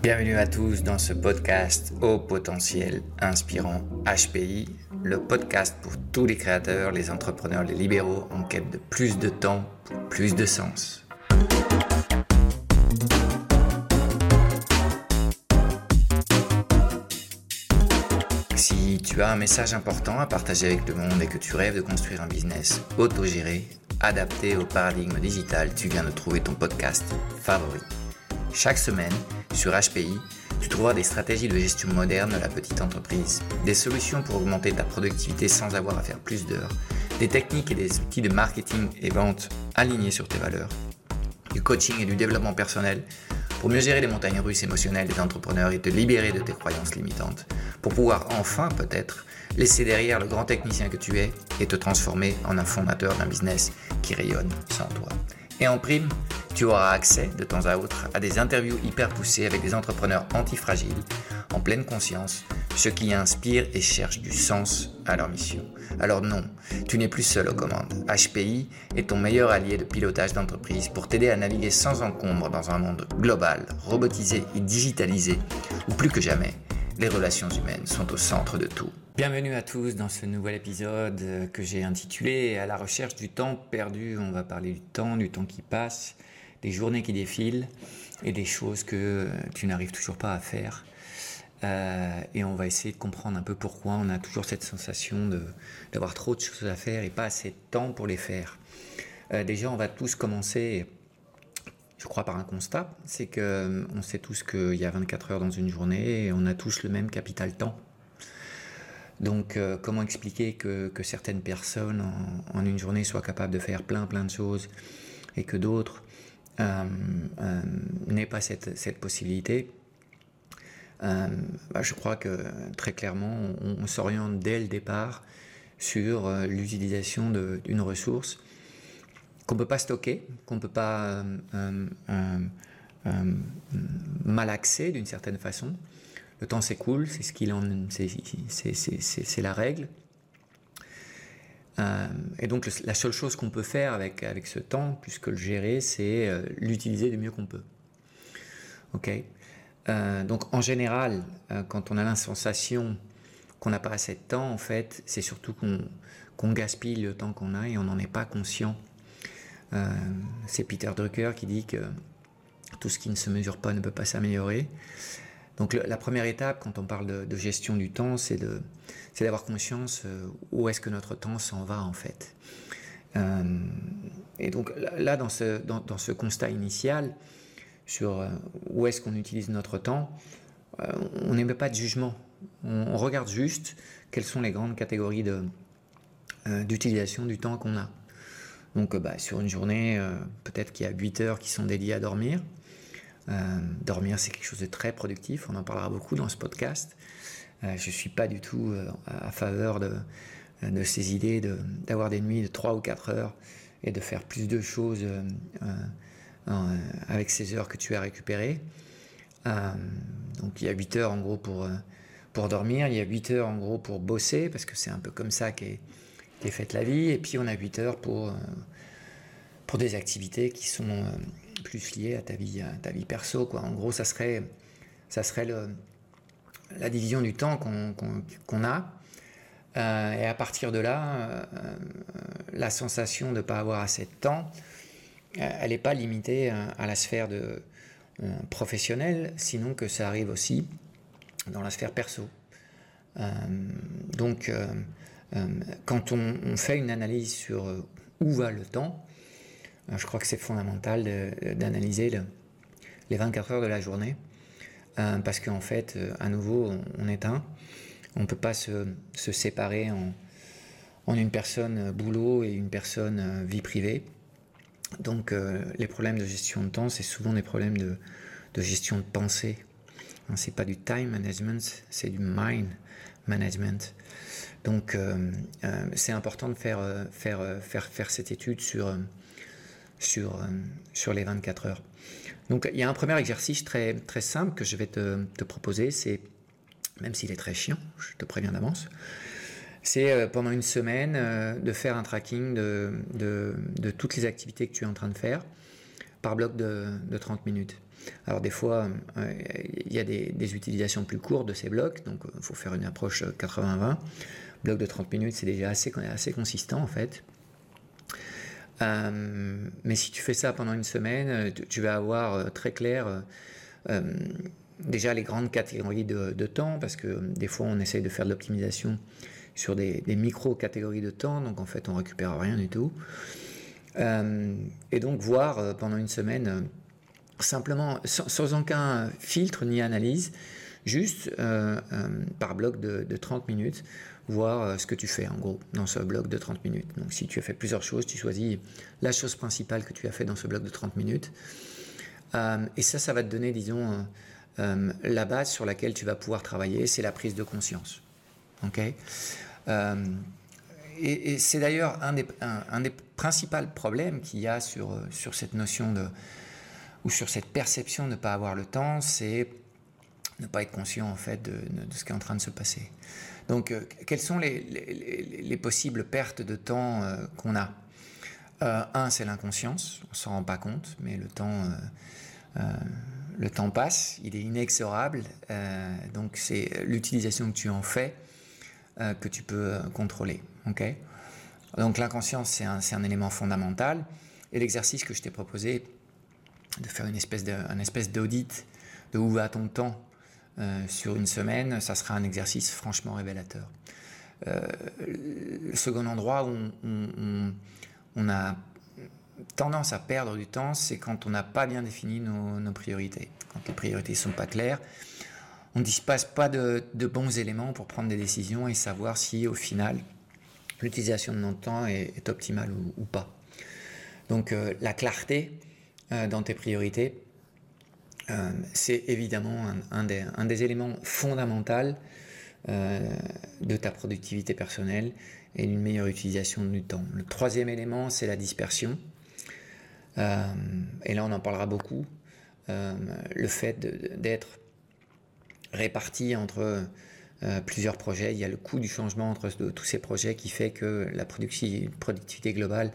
Bienvenue à tous dans ce podcast au potentiel inspirant HPI, le podcast pour tous les créateurs, les entrepreneurs, les libéraux en quête de plus de temps pour plus de sens. Si tu as un message important à partager avec le monde et que tu rêves de construire un business autogéré, adapté au paradigme digital, tu viens de trouver ton podcast favori. Chaque semaine, sur HPI, tu trouveras des stratégies de gestion moderne de la petite entreprise, des solutions pour augmenter ta productivité sans avoir à faire plus d'heures, des techniques et des outils de marketing et vente alignés sur tes valeurs, du coaching et du développement personnel pour mieux gérer les montagnes russes émotionnelles des entrepreneurs et te libérer de tes croyances limitantes, pour pouvoir enfin peut-être laisser derrière le grand technicien que tu es et te transformer en un fondateur d'un business qui rayonne sans toi. Et en prime, tu auras accès de temps à autre à des interviews hyper poussées avec des entrepreneurs antifragiles, en pleine conscience, ceux qui inspirent et cherchent du sens à leur mission. Alors non, tu n'es plus seul aux commandes. HPI est ton meilleur allié de pilotage d'entreprise pour t'aider à naviguer sans encombre dans un monde global, robotisé et digitalisé, où plus que jamais, les relations humaines sont au centre de tout. Bienvenue à tous dans ce nouvel épisode que j'ai intitulé « À la recherche du temps perdu ». On va parler du temps qui passe, des journées qui défilent et des choses que tu n'arrives toujours pas à faire. Et on va essayer de comprendre un peu pourquoi on a toujours cette sensation d'avoir trop de choses à faire et pas assez de temps pour les faire. Déjà, on va tous commencer, je crois, par un constat. C'est qu'on sait tous qu'il y a 24 heures dans une journée et on a tous le même capital temps. Donc, comment expliquer que certaines personnes en une journée soient capables de faire plein de choses et que d'autres n'aient pas cette possibilité? Je crois que très clairement, on s'oriente dès le départ sur l'utilisation d'une ressource qu'on ne peut pas stocker, qu'on ne peut pas malaxer d'une certaine façon. Le temps s'écoule, c'est la règle. Et donc la seule chose qu'on peut faire avec ce temps, plus que le gérer, c'est l'utiliser du mieux qu'on peut. Okay. Donc en général, quand on a la sensation qu'on n'a pas assez de temps, en fait, c'est surtout qu'on gaspille le temps qu'on a et on n'en est pas conscient. C'est Peter Drucker qui dit que tout ce qui ne se mesure pas ne peut pas s'améliorer. Donc la première étape quand on parle de gestion du temps, c'est d'avoir conscience où est-ce que notre temps s'en va en fait. Et donc là, dans ce constat initial, sur où est-ce qu'on utilise notre temps, on n'émet pas de jugement. On regarde juste quelles sont les grandes catégories d'utilisation du temps qu'on a. Donc sur une journée, peut-être qu'il y a 8 heures qui sont dédiées à dormir. Dormir, c'est quelque chose de très productif, on en parlera beaucoup dans ce podcast. Je ne suis pas du tout à faveur de ces idées d'avoir des nuits de 3 ou 4 heures et de faire plus de choses avec ces heures que tu as récupérées. Donc il y a 8 heures en gros pour dormir, il y a 8 heures en gros pour bosser, parce que c'est un peu comme ça qu'est faite la vie, et puis on a 8 heures pour des activités qui sont plus liées à ta vie perso, quoi. En gros, ça serait la division du temps qu'on a. Et à partir de là, la sensation de ne pas avoir assez de temps, elle n'est pas limitée à la sphère professionnelle, sinon que ça arrive aussi dans la sphère perso. Donc, quand on fait une analyse sur où va le temps, je crois que c'est fondamental d'analyser les 24 heures de la journée, parce qu'en fait, à nouveau, on est un. On ne peut pas se séparer en une personne boulot et une personne vie privée. Donc les problèmes de gestion de temps, c'est souvent des problèmes de gestion de pensée. C'est pas du time management, c'est du mind management. Donc c'est important de faire cette étude sur les 24 heures. Donc il y a un premier exercice très, très simple que je vais te proposer, c'est, même s'il est très chiant, je te préviens d'avance, c'est pendant une semaine de faire un tracking de toutes les activités que tu es en train de faire par bloc de 30 minutes. Alors des fois, il y a des utilisations plus courtes de ces blocs, donc il faut faire une approche 80-20. Bloc de 30 minutes, c'est déjà assez consistant en fait. Mais si tu fais ça pendant une semaine, tu vas avoir très clair déjà les grandes catégories de temps, parce que des fois on essaye de faire de l'optimisation sur des micro-catégories de temps, donc en fait on récupère rien du tout. Et donc voir pendant une semaine, simplement, sans aucun filtre ni analyse, juste par bloc de 30 minutes, voir ce que tu fais en gros dans ce bloc de 30 minutes. Donc si tu as fait plusieurs choses, tu choisis la chose principale que tu as fait dans ce bloc de 30 minutes. Et ça va te donner, disons, la base sur laquelle tu vas pouvoir travailler, c'est la prise de conscience. Okay, et c'est d'ailleurs un des principaux problèmes qu'il y a sur cette notion ou sur cette perception de ne pas avoir le temps, c'est ne pas être conscient en fait de ce qui est en train de se passer. Donc, quelles sont les possibles pertes de temps qu'on a ? Un, c'est l'inconscience, on ne s'en rend pas compte, mais le temps passe, il est inexorable, donc c'est l'utilisation que tu en fais que tu peux contrôler. Okay ? Donc l'inconscience, c'est un élément fondamental, et l'exercice que je t'ai proposé, de faire un espèce d'audit de où va ton temps sur une semaine, ça sera un exercice franchement révélateur. Le second endroit où on a tendance à perdre du temps, c'est quand on n'a pas bien défini nos priorités. Quand les priorités ne sont pas claires, on ne dispose pas de bons éléments pour prendre des décisions et savoir si au final l'utilisation de notre temps est optimale ou pas. Donc la clarté dans tes priorités, c'est évidemment un des éléments fondamentaux de ta productivité personnelle et d'une meilleure utilisation du temps. Le troisième élément, c'est la dispersion. Et là, on en parlera beaucoup. Le fait d'être réparti entre plusieurs projets. Il y a le coût du changement entre tous ces projets qui fait que la productivité globale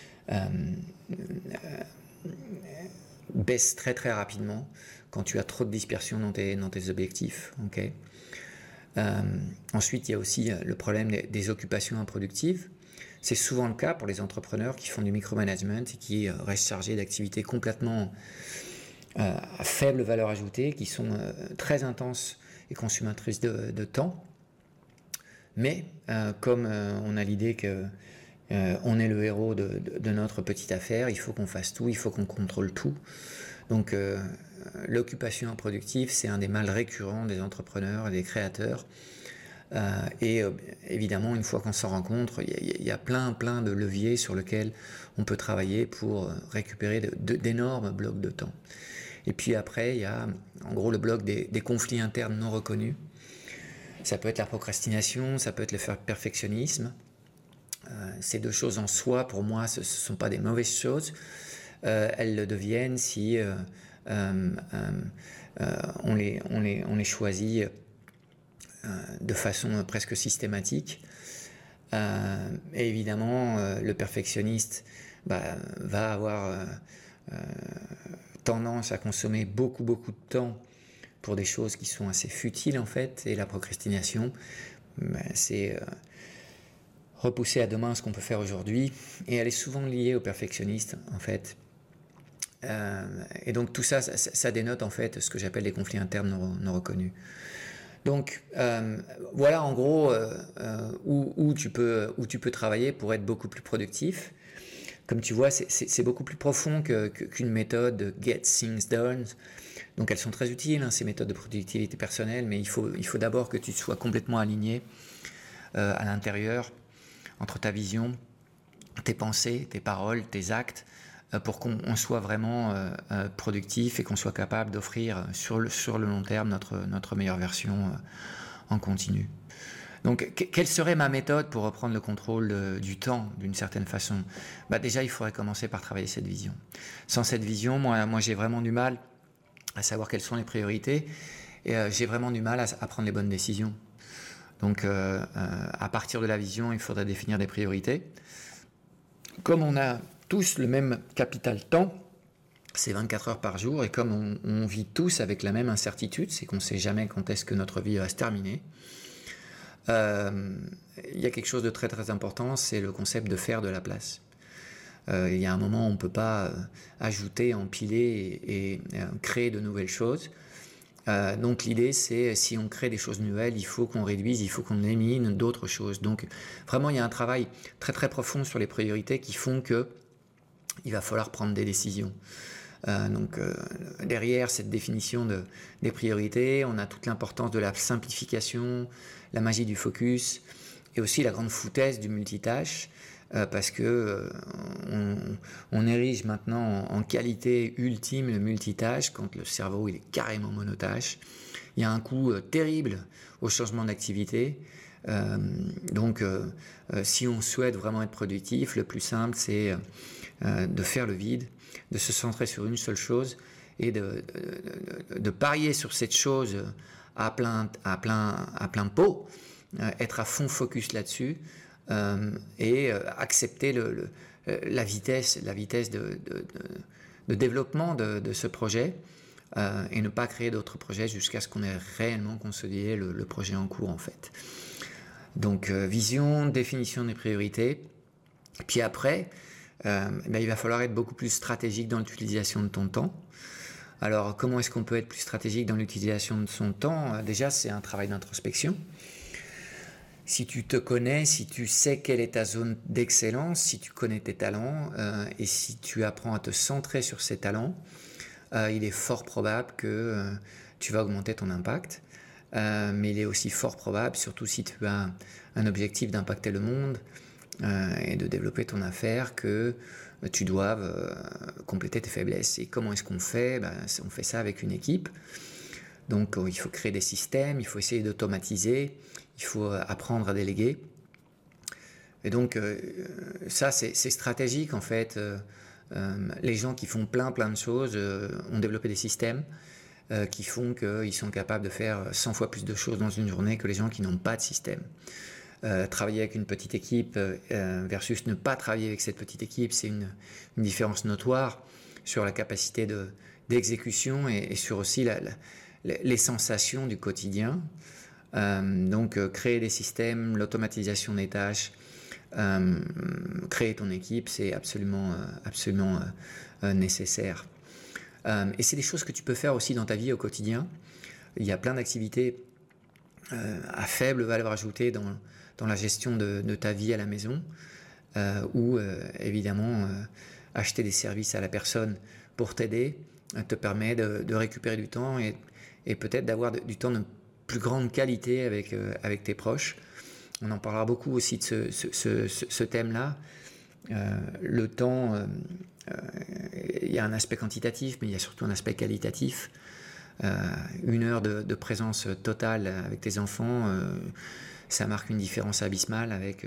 baisse très très rapidement quand tu as trop de dispersion dans tes objectifs. Okay. Ensuite, il y a aussi le problème des occupations improductives. C'est souvent le cas pour les entrepreneurs qui font du micromanagement et qui restent chargés d'activités complètement à faible valeur ajoutée, qui sont très intenses et consommatrices de temps. Mais comme on a l'idée que on est le héros de notre petite affaire, il faut qu'on fasse tout, il faut qu'on contrôle tout. Donc l'occupation improductive, c'est un des mâles récurrents des entrepreneurs et des créateurs. Et évidemment, une fois qu'on s'en rend compte, il y a plein de leviers sur lesquels on peut travailler pour récupérer d'énormes blocs de temps. Et puis après, il y a en gros le bloc des conflits internes non reconnus. Ça peut être la procrastination, ça peut être le perfectionnisme. Ces deux choses en soi, pour moi, ce ne sont pas des mauvaises choses. Elles le deviennent si on les choisit de façon presque systématique. Et évidemment, le perfectionniste va avoir tendance à consommer beaucoup de temps pour des choses qui sont assez futiles en fait, et la procrastination, c'est repousser à demain ce qu'on peut faire aujourd'hui, et elle est souvent liée au perfectionniste en fait. Et donc tout ça dénote en fait ce que j'appelle les conflits internes non reconnus. Donc voilà en gros où tu peux travailler pour être beaucoup plus productif. Comme tu vois, c'est beaucoup plus profond qu'une méthode de Get Things Done. Donc elles sont très utiles, ces méthodes de productivité personnelle, mais il faut d'abord que tu sois complètement aligné à l'intérieur entre ta vision, tes pensées, tes paroles, tes actes, pour qu'on soit vraiment productif et qu'on soit capable d'offrir sur le long terme notre meilleure version en continu. Donc, quelle serait ma méthode pour reprendre le contrôle du temps d'une certaine façon ? Déjà, il faudrait commencer par travailler cette vision. Sans cette vision, moi j'ai vraiment du mal à savoir quelles sont les priorités, et j'ai vraiment du mal à prendre les bonnes décisions. Donc, à partir de la vision, il faudrait définir des priorités. Comme on a tous le même capital temps, c'est 24 heures par jour, et comme on vit tous avec la même incertitude, c'est qu'on ne sait jamais quand est-ce que notre vie va se terminer, il y a quelque chose de très très important, c'est le concept de faire de la place. Il y a un moment où on ne peut pas ajouter, empiler et créer de nouvelles choses. Donc l'idée, c'est si on crée des choses nouvelles, il faut qu'on réduise, il faut qu'on élimine d'autres choses. Donc vraiment, il y a un travail très très profond sur les priorités qui font que il va falloir prendre des décisions. Derrière cette définition des priorités, on a toute l'importance de la simplification, la magie du focus et aussi la grande foutaise du multitâche. Parce que on érige maintenant en qualité ultime le multitâche quand le cerveau il est carrément monotâche. Il y a un coût terrible au changement d'activité. Si on souhaite vraiment être productif, le plus simple c'est de faire le vide, de se centrer sur une seule chose et de parier sur cette chose à plein pot, être à fond focus là-dessus. Et accepter la vitesse de développement de ce projet et ne pas créer d'autres projets jusqu'à ce qu'on ait réellement consolidé le projet en cours en fait. Donc vision, définition des priorités, puis après il va falloir être beaucoup plus stratégique dans l'utilisation de ton temps. Alors comment est-ce qu'on peut être plus stratégique dans l'utilisation de son temps? Déjà c'est un travail d'introspection. Si tu te connais, si tu sais quelle est ta zone d'excellence, si tu connais tes talents et si tu apprends à te centrer sur ces talents, il est fort probable que tu vas augmenter ton impact. Mais il est aussi fort probable, surtout si tu as un objectif d'impacter le monde et de développer ton affaire, que tu doives compléter tes faiblesses. Et comment est-ce qu'on fait? On fait ça avec une équipe. Donc il faut créer des systèmes, il faut essayer d'automatiser, il faut apprendre à déléguer. Et donc ça c'est stratégique en fait. Les gens qui font plein de choses ont développé des systèmes qui font qu'ils sont capables de faire 100 fois plus de choses dans une journée que les gens qui n'ont pas de système. Travailler avec une petite équipe versus ne pas travailler avec cette petite équipe, c'est une différence notoire sur la capacité d'exécution et sur aussi les sensations du quotidien. Créer des systèmes, l'automatisation des tâches, créer ton équipe, c'est absolument nécessaire. Et c'est des choses que tu peux faire aussi dans ta vie au quotidien. Il y a plein d'activités à faible valeur ajoutée dans la gestion de ta vie à la maison, où évidemment acheter des services à la personne pour t'aider te permet de récupérer du temps et peut-être d'avoir du temps de plus grande qualité avec tes proches. On en parlera beaucoup aussi de ce thème-là. Le temps, il y a un aspect quantitatif, mais il y a surtout un aspect qualitatif. 1 heure de présence totale avec tes enfants, ça marque une différence abyssale avec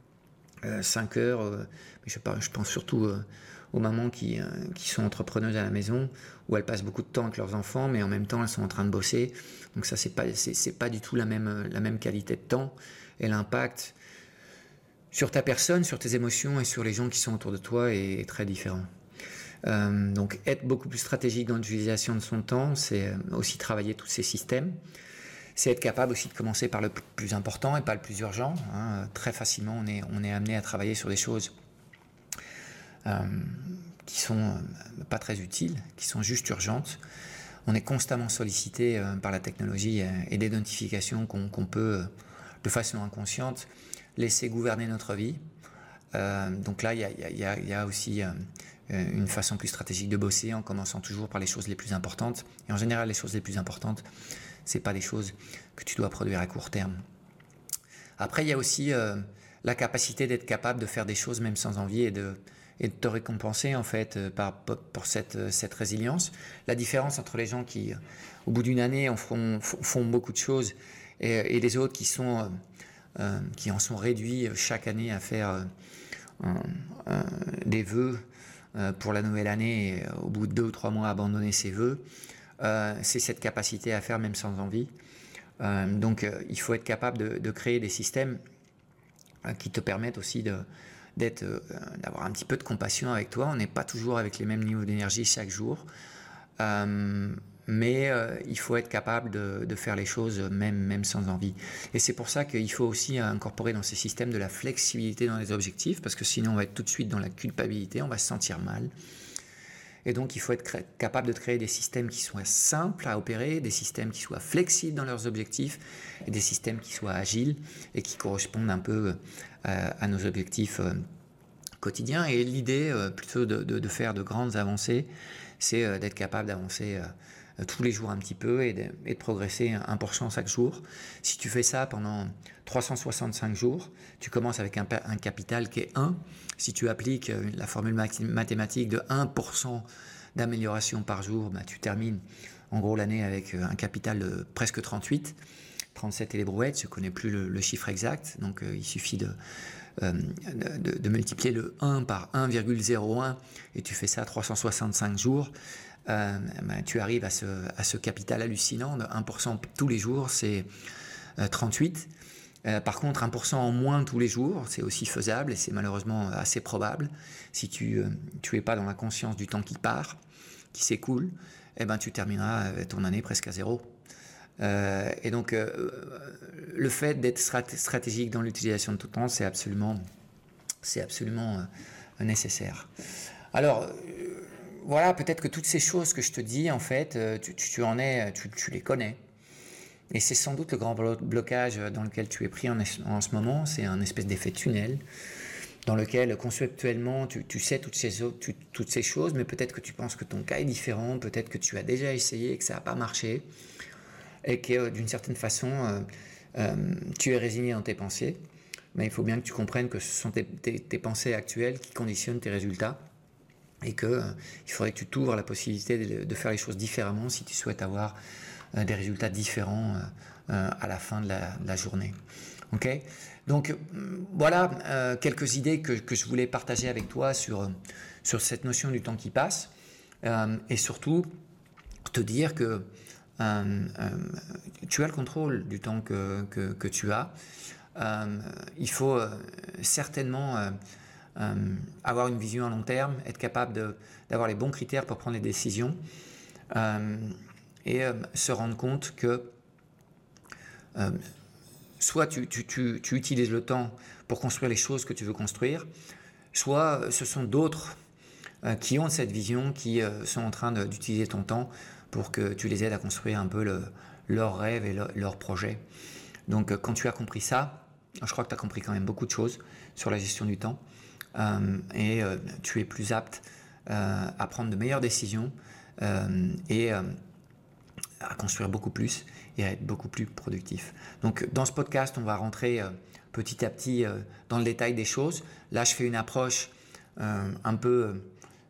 5 heures. Mais je pense surtout aux mamans qui sont entrepreneuses à la maison, où elles passent beaucoup de temps avec leurs enfants, mais en même temps elles sont en train de bosser. Donc ça c'est pas du tout la même qualité de temps, et l'impact sur ta personne, sur tes émotions et sur les gens qui sont autour de toi est très différent. Donc être beaucoup plus stratégique dans l'utilisation de son temps, c'est aussi travailler tous ces systèmes. C'est être capable aussi de commencer par le plus important et pas le plus urgent. Très facilement, on est amené à travailler sur des choses qui sont pas très utiles, qui sont juste urgentes. On est constamment sollicité par la technologie et des notifications qu'on peut, de façon inconsciente, laisser gouverner notre vie. Donc là, il y a aussi une façon plus stratégique de bosser en commençant toujours par les choses les plus importantes. Et en général, les choses les plus importantes, c'est pas des choses que tu dois produire à court terme. Après, il y a aussi la capacité d'être capable de faire des choses même sans envie et de te récompenser en fait pour cette résilience. La différence entre les gens qui, au bout d'une année, font beaucoup de choses et les autres qui en sont réduits chaque année à faire des vœux pour la nouvelle année et au bout de 2 ou 3 mois abandonner ses vœux, c'est cette capacité à faire même sans envie. Il faut être capable de créer des systèmes qui te permettent aussi d'avoir un petit peu de compassion avec toi. On n'est pas toujours avec les mêmes niveaux d'énergie chaque jour. Mais il faut être capable de faire les choses même sans envie. Et c'est pour ça qu'il faut aussi incorporer dans ces systèmes de la flexibilité dans les objectifs, parce que sinon on va être tout de suite dans la culpabilité, on va se sentir mal. Et donc il faut être capable de créer des systèmes qui soient simples à opérer, des systèmes qui soient flexibles dans leurs objectifs, et des systèmes qui soient agiles et qui correspondent un peu à nos objectifs quotidiens. Et l'idée, plutôt de faire de grandes avancées, c'est d'être capable d'avancer tous les jours un petit peu et de progresser 1% chaque jour. Si tu fais ça pendant 365 jours, tu commences avec un capital qui est 1. Si tu appliques la formule mathématique de 1% d'amélioration par jour, tu termines en gros l'année avec un capital de presque 38. 37 et les brouettes, je ne connais plus le chiffre exact, donc il suffit de multiplier le 1 par 1,01 et tu fais ça 365 jours. Tu arrives à ce capital hallucinant de 1% tous les jours, c'est 38. Par contre, 1% en moins tous les jours, c'est aussi faisable et c'est malheureusement assez probable. Si tu n'es pas dans la conscience du temps qui part, qui s'écoule, tu termineras ton année presque à zéro. Et donc, le fait d'être stratégique dans l'utilisation de ton temps, c'est absolument nécessaire. Alors, voilà, peut-être que toutes ces choses que je te dis, en fait, tu les connais. Et c'est sans doute le grand blocage dans lequel tu es pris en ce moment. C'est un espèce d'effet tunnel dans lequel, conceptuellement, tu sais toutes ces choses, mais peut-être que tu penses que ton cas est différent, peut-être que tu as déjà essayé et que ça n'a pas marché, et que d'une certaine façon, tu es résigné dans tes pensées. Mais il faut bien que tu comprennes que ce sont tes pensées actuelles qui conditionnent tes résultats. Et qu'il faudrait que tu t'ouvres à la possibilité de faire les choses différemment si tu souhaites avoir des résultats différents à la fin de la journée. Okay ? Donc voilà quelques idées que je voulais partager avec toi sur cette notion du temps qui passe et surtout te dire que tu as le contrôle du temps que tu as. Il faut certainement avoir une vision à long terme, être capable d'avoir les bons critères pour prendre les décisions et se rendre compte que soit tu utilises le temps pour construire les choses que tu veux construire, soit ce sont d'autres qui ont cette vision, qui sont en train d'utiliser ton temps pour que tu les aides à construire un peu leurs rêves et leurs projets. Donc quand tu as compris ça, je crois que tu as compris quand même beaucoup de choses sur la gestion du temps. Et tu es plus apte à prendre de meilleures décisions et à construire beaucoup plus et à être beaucoup plus productif. Donc dans ce podcast, on va rentrer petit à petit dans le détail des choses. Là, je fais une approche un peu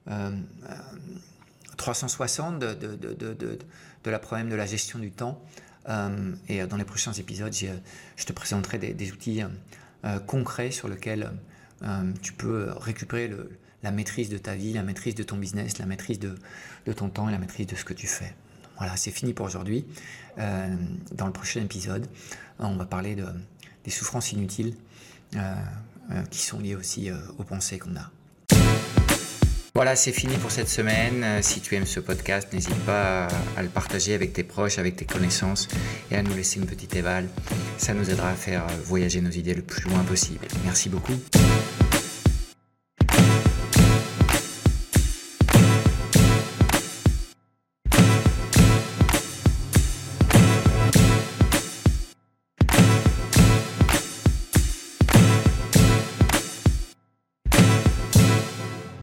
360 de la problème de la gestion du temps. Et dans les prochains épisodes, je te présenterai des outils concrets sur lesquels tu peux récupérer la maîtrise de ta vie, la maîtrise de ton business, la maîtrise de ton temps et la maîtrise de ce que tu fais. Voilà, c'est fini pour aujourd'hui. Dans le prochain épisode, on va parler des souffrances inutiles qui sont liées aussi aux pensées qu'on a. Voilà, c'est fini pour cette semaine. Si tu aimes ce podcast, n'hésite pas à le partager avec tes proches, avec tes connaissances et à nous laisser une petite éval. Ça nous aidera à faire voyager nos idées le plus loin possible. Merci beaucoup.